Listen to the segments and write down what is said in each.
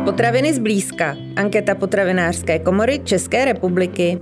Potraviny zblízka. Anketa Potravinářské komory České republiky.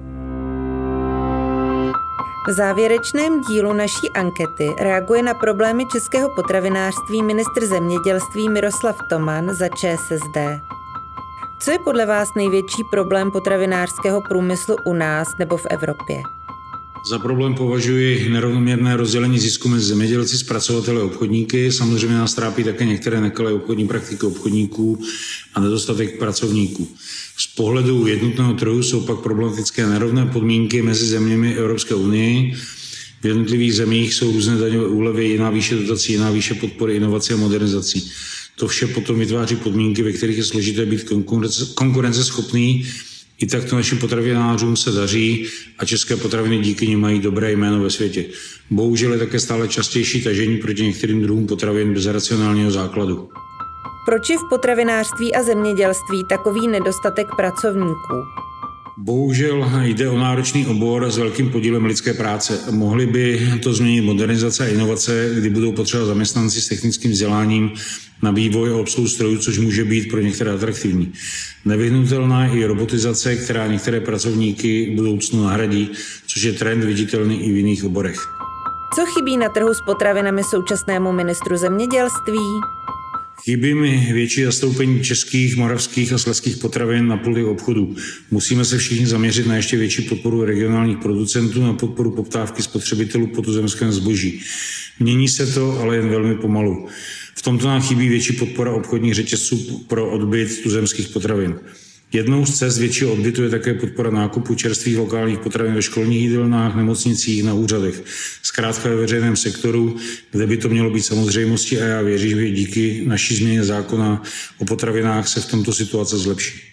V závěrečném dílu naší ankety reaguje na problémy českého potravinářství ministr zemědělství Miroslav Toman za ČSSD. Co je podle vás největší problém potravinářského průmyslu u nás nebo v Evropě? Za problém považuji nerovnoměrné rozdělení zisku mezi zemědělci, zpracovateli a obchodníky. Samozřejmě nás trápí také některé nekalé obchodní praktiky obchodníků a nedostatek pracovníků. Z pohledu jednotného trhu jsou pak problematické nerovné podmínky mezi zeměmi Evropské unie. V jednotlivých zemích jsou různé daňové úlevy, jiná výše dotací, jiná výše podpory inovací a modernizací. To vše potom vytváří podmínky, ve kterých je složité být konkurenceschopný. I takto našim potravinářům se daří a české potraviny díky nim mají dobré jméno ve světě. Bohužel je také stále častější tažení proti některým druhům potravin bez racionálního základu. Proč je v potravinářství a zemědělství takový nedostatek pracovníků? Bohužel jde o náročný obor s velkým podílem lidské práce. Mohli by to změnit modernizace a inovace, kdy budou potřeba zaměstnanci s technickým vzděláním na vývoj a obsluhu strojů, což může být pro některé atraktivní. Nevyhnutelná je i robotizace, která některé pracovníky v budoucnu nahradí, což je trend viditelný i v jiných oborech. Co chybí na trhu s potravinami současnému ministru zemědělství? Chybí mi větší zastoupení českých, moravských a slezských potravin na poli obchodů. Musíme se všichni zaměřit na ještě větší podporu regionálních producentů, na podporu poptávky spotřebitelů po tuzemském zboží. Mění se to, ale jen velmi pomalu. V tomto nám chybí větší podpora obchodních řetězců pro odbyt tuzemských potravin. Jednou z cest většího odbytu je také podpora nákupu čerstvých lokálních potravin ve školních jídelnách, nemocnicích, na úřadech. Zkrátka ve veřejném sektoru, kde by to mělo být samozřejmostí, a já věřím, že díky naší změně zákona o potravinách se v tomto situace zlepší.